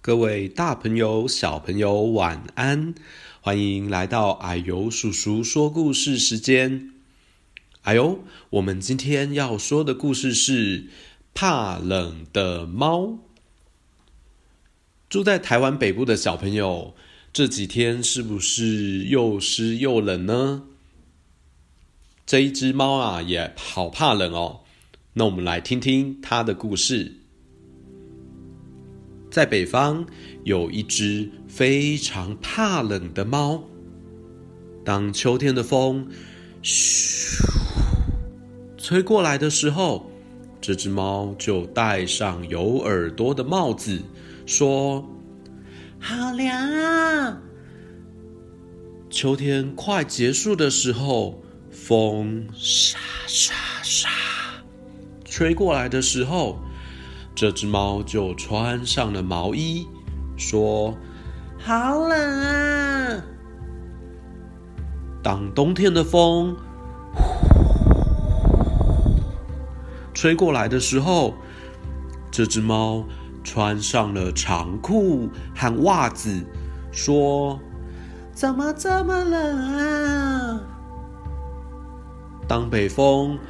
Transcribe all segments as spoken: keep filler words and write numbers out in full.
各位大朋友、小朋友晚安，欢迎来到哎呦叔叔说故事时间。哎呦，我们今天要说的故事是怕冷的猫。住在台湾北部的小朋友，这几天是不是又湿又冷呢？这一只猫啊，也好怕冷哦。那我们来听听它的故事。在北方有一只非常怕冷的猫。当秋天的风咻吹过来的时候，这只猫就戴上有耳朵的帽子，说：好凉啊！秋天快结束的时候，风沙沙沙吹过来的时候，这只猫就穿上了毛衣，说：好冷啊！当冬天的风吹过来的时候，这只猫穿上了长裤和袜子，说：怎么这么冷啊？当北风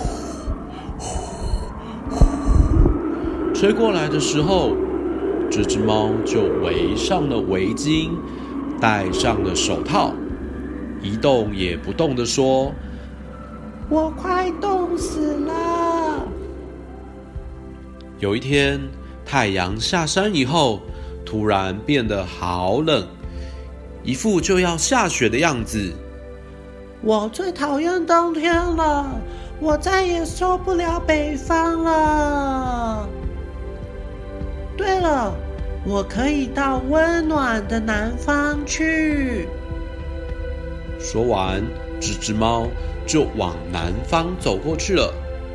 吹过来的时候，这只猫就围上了围巾，戴上了手套，一动也不动地说：我快冻死了。有一天，太阳下山以后，突然变得好冷，一副就要下雪的样子。我最讨厌冬天了，我再也受不了北方了。对了，我可以到温暖的南方去。说完，这只猫就往南方走过去了。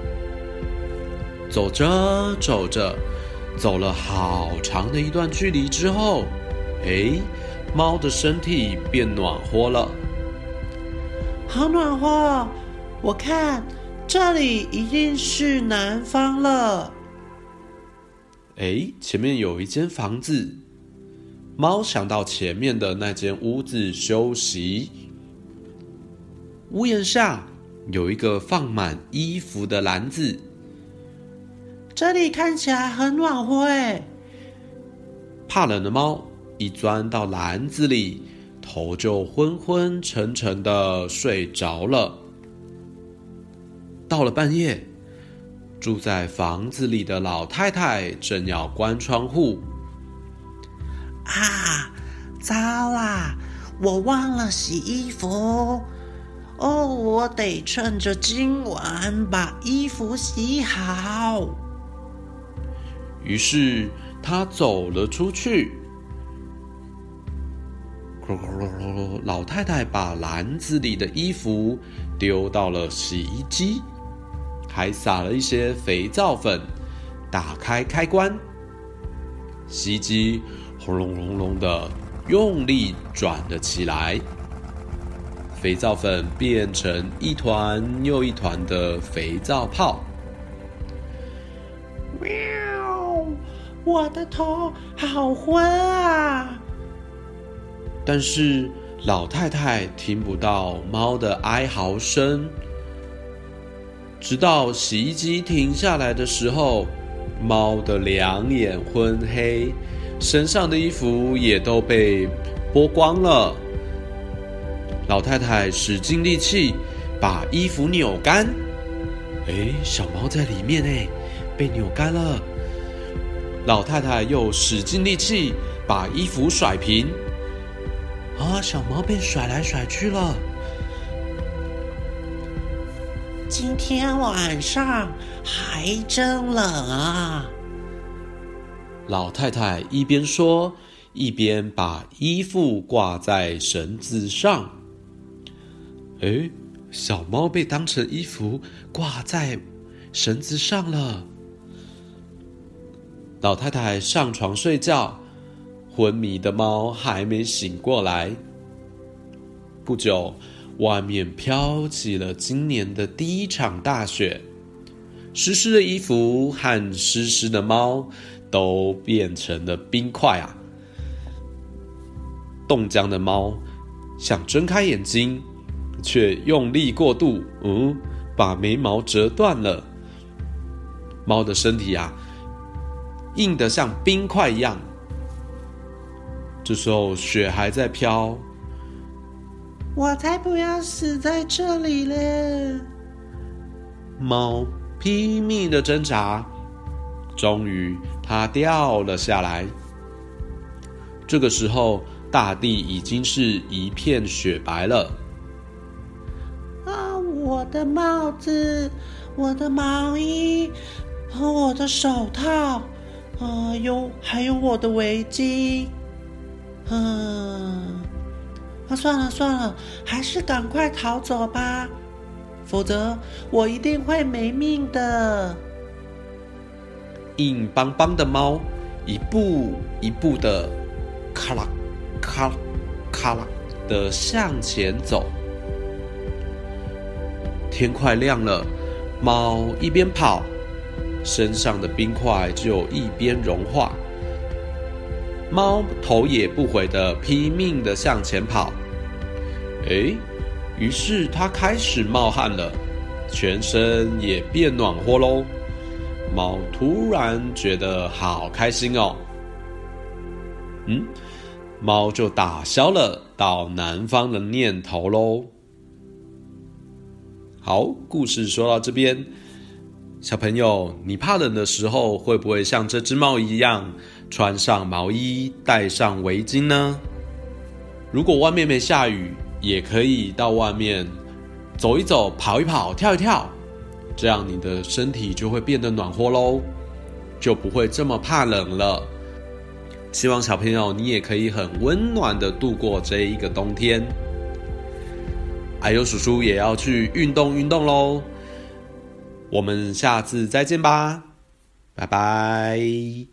走着走着，走了好长的一段距离之后，诶，猫的身体变暖和了。好暖和，我看这里一定是南方了。诶，前面有一间房子，猫想到前面的那间屋子休息。屋檐下有一个放满衣服的篮子，这里看起来很暖和诶。怕冷的猫一钻到篮子里，头就昏昏沉沉的睡着了。到了半夜，住在房子里的老太太正要关窗户。啊，糟啦，我忘了洗衣服。哦，我得趁着今晚把衣服洗好。于是她走了出去。老太太把篮子里的衣服丢到了洗衣机，还撒了一些肥皂粉，打开开关，洗衣机轰隆轰隆的用力转了起来，肥皂粉变成一团又一团的肥皂泡。喵，我的头好昏啊！但是老太太听不到猫的哀嚎声。直到洗衣机停下来的时候，猫的两眼昏黑，身上的衣服也都被剥光了。老太太使尽力气把衣服扭干，诶，小猫在里面诶，被扭干了。老太太又使尽力气把衣服甩平，啊，小猫被甩来甩去了。今天晚上还真冷啊！老太太一边说，一边把衣服挂在绳子上。诶，小猫被当成衣服挂在绳子上了。老太太上床睡觉，昏迷的猫还没醒过来。不久，外面飘起了今年的第一场大雪，湿湿的衣服和湿湿的猫都变成了冰块啊！冻僵的猫想睁开眼睛，却用力过度，嗯，把眉毛折断了。猫的身体啊，硬得像冰块一样。这时候雪还在飘， 我才不要死在这里嘞！ 猫拼命的挣扎，终于它掉了下来。这个时候，大地已经是一片雪白了。 啊，我的帽子，我的毛衣，和我的手套，啊，有还有我的围巾。嗯，啊，算了算了，还是赶快逃走吧，否则我一定会没命的。 硬邦邦的猫一步一步的咔啦咔啦咔啦的向前走。天快亮了，猫一边跑，身上的冰块就一边融化。猫头也不回的拼命的向前跑，诶，于是它开始冒汗了，全身也变暖和咯。猫突然觉得好开心哦，嗯，猫就打消了到南方的念头咯。好，故事说到这边，小朋友，你怕冷的时候会不会像这只猫一样穿上毛衣，戴上围巾呢？如果外面没下雨，也可以到外面走一走，跑一跑，跳一跳，这样你的身体就会变得暖和咯，就不会这么怕冷了。希望小朋友你也可以很温暖的度过这一个冬天。哎呦，叔叔也要去运动运动咯，我们下次再见吧，拜拜。